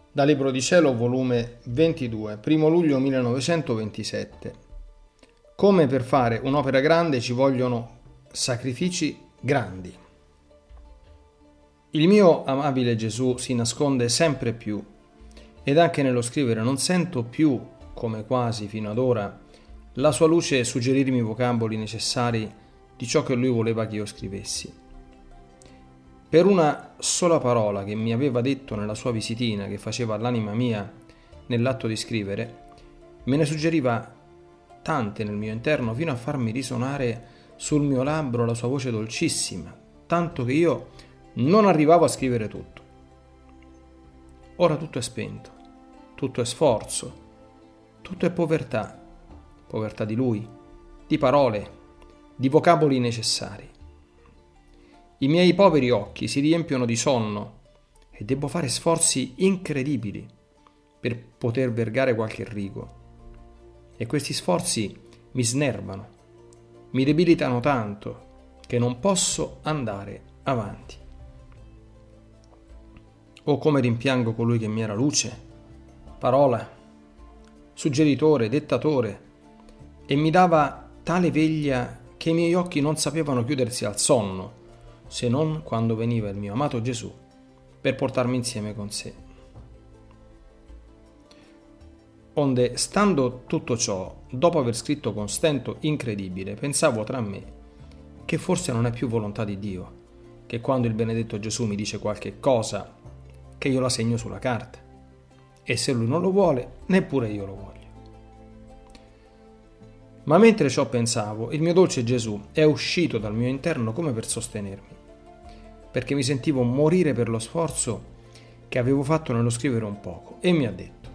Da Libro di Cielo, volume 22, 1 luglio 1927. Come per fare un'opera grande ci vogliono sacrifici grandi. Il mio amabile Gesù si nasconde sempre più ed anche nello scrivere non sento più, come quasi fino ad ora, la sua luce suggerirmi i vocaboli necessari di ciò che lui voleva che io scrivessi. Per una sola parola che mi aveva detto nella sua visitina che faceva all'anima mia nell'atto di scrivere, me ne suggeriva tante nel mio interno fino a farmi risuonare sul mio labbro la sua voce dolcissima, tanto che io non arrivavo a scrivere tutto. Ora tutto è spento, tutto è sforzo, tutto è povertà, povertà di lui, di parole, di vocaboli necessari. I miei poveri occhi si riempiono di sonno e devo fare sforzi incredibili per poter vergare qualche rigo. E questi sforzi mi snervano, mi debilitano tanto che non posso andare avanti. Oh, come rimpiango colui che mi era luce, parola, suggeritore, dettatore, e mi dava tale veglia che i miei occhi non sapevano chiudersi al sonno, se non quando veniva il mio amato Gesù per portarmi insieme con sé. Onde, stando tutto ciò, dopo aver scritto con stento incredibile, pensavo tra me che forse non è più volontà di Dio, che quando il benedetto Gesù mi dice qualche cosa, che io la segno sulla carta, e se lui non lo vuole, neppure io lo voglio. Ma mentre ciò pensavo, il mio dolce Gesù è uscito dal mio interno come per sostenermi, perché mi sentivo morire per lo sforzo che avevo fatto nello scrivere un poco, e mi ha detto: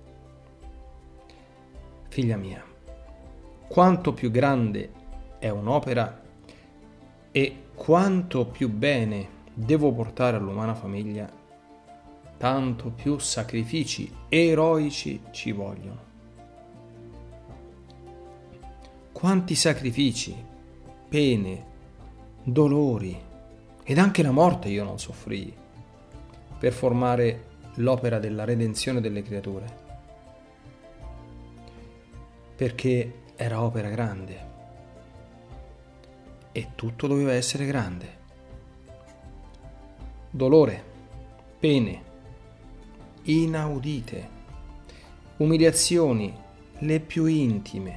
figlia mia, quanto più grande è un'opera e quanto più bene devo portare all'umana famiglia, tanto più sacrifici eroici ci vogliono. Quanti sacrifici, pene, dolori ed anche la morte io non soffrii per formare l'opera della redenzione delle creature, perché era opera grande e tutto doveva essere grande. Dolore, pene inaudite, umiliazioni le più intime,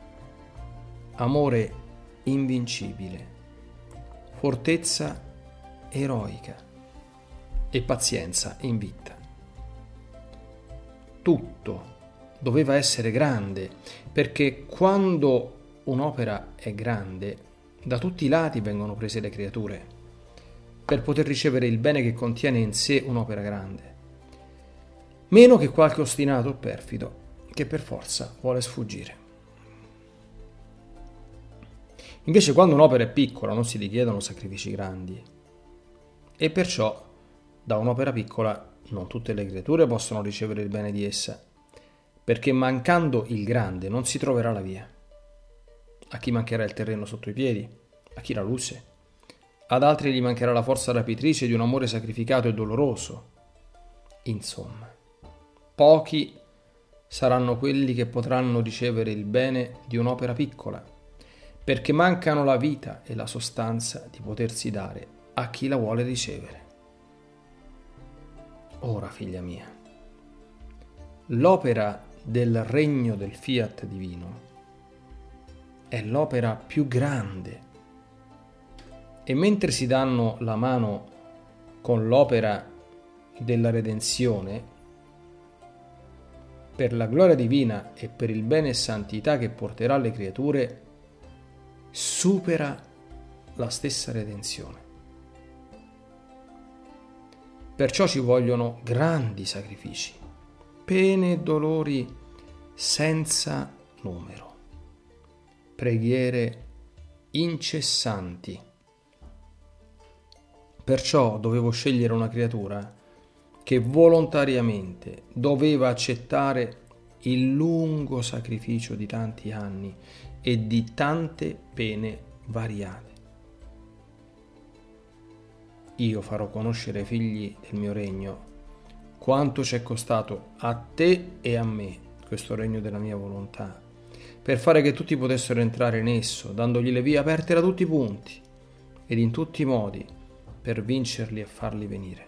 amore invincibile, fortezza eroica e pazienza invitta. Tutto doveva essere grande, perché quando un'opera è grande, da tutti i lati vengono prese le creature per poter ricevere il bene che contiene in sé un'opera grande, meno che qualche ostinato o perfido che per forza vuole sfuggire. Invece quando un'opera è piccola non si richiedono sacrifici grandi, e perciò da un'opera piccola non tutte le creature possono ricevere il bene di essa, perché mancando il grande non si troverà la via. A chi mancherà il terreno sotto i piedi, a chi la luce, ad altri gli mancherà la forza rapitrice di un amore sacrificato e doloroso. Insomma, pochi saranno quelli che potranno ricevere il bene di un'opera piccola, perché mancano la vita e la sostanza di potersi dare a chi la vuole ricevere. Ora, figlia mia, l'opera del regno del fiat divino è l'opera più grande, e mentre si danno la mano con l'opera della redenzione, per la gloria divina e per il bene e santità che porterà alle creature, supera la stessa redenzione. Perciò ci vogliono grandi sacrifici, pene e dolori senza numero, preghiere incessanti. Perciò dovevo scegliere una creatura che volontariamente doveva accettare il lungo sacrificio di tanti anni e di tante pene variate. Io farò conoscere ai figli del mio regno quanto ci è costato a te e a me questo regno della mia volontà, per fare che tutti potessero entrare in esso, dandogli le vie aperte da tutti i punti ed in tutti i modi per vincerli e farli venire.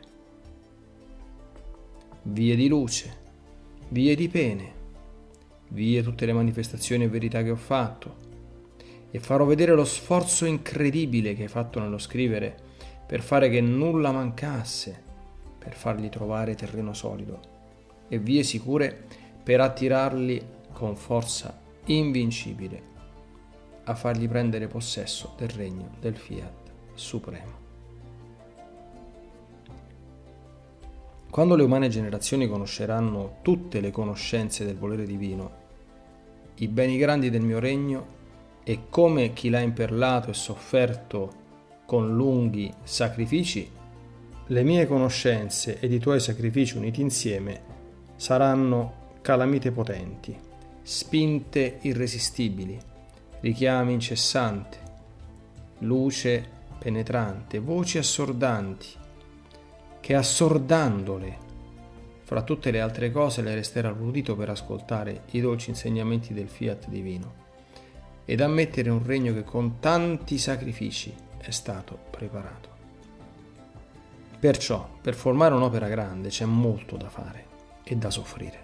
Vie di luce, vie di pene, vie tutte le manifestazioni e verità che ho fatto, e farò vedere lo sforzo incredibile che hai fatto nello scrivere per fare che nulla mancasse, per fargli trovare terreno solido e vie sicure per attirarli con forza invincibile a fargli prendere possesso del regno del Fiat Supremo. Quando le umane generazioni conosceranno tutte le conoscenze del volere divino, i beni grandi del mio regno e come chi l'ha imperlato e sofferto con lunghi sacrifici, le mie conoscenze ed i tuoi sacrifici uniti insieme saranno calamite potenti, spinte irresistibili, richiami incessanti, luce penetrante, voci assordanti, che assordandole fra tutte le altre cose le resterà l'udito per ascoltare i dolci insegnamenti del Fiat divino ed ammettere un regno che con tanti sacrifici è stato preparato. Perciò, per formare un'opera grande c'è molto da fare e da soffrire.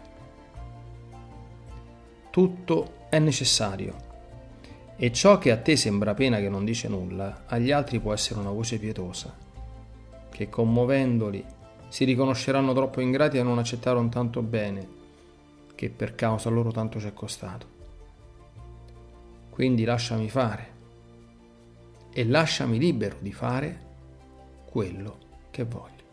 Tutto è necessario e ciò che a te sembra pena che non dice nulla, agli altri può essere una voce pietosa, che commuovendoli si riconosceranno troppo ingrati a non accettare un tanto bene che per causa loro tanto ci è costato. Quindi lasciami fare e lasciami libero di fare quello che voglio.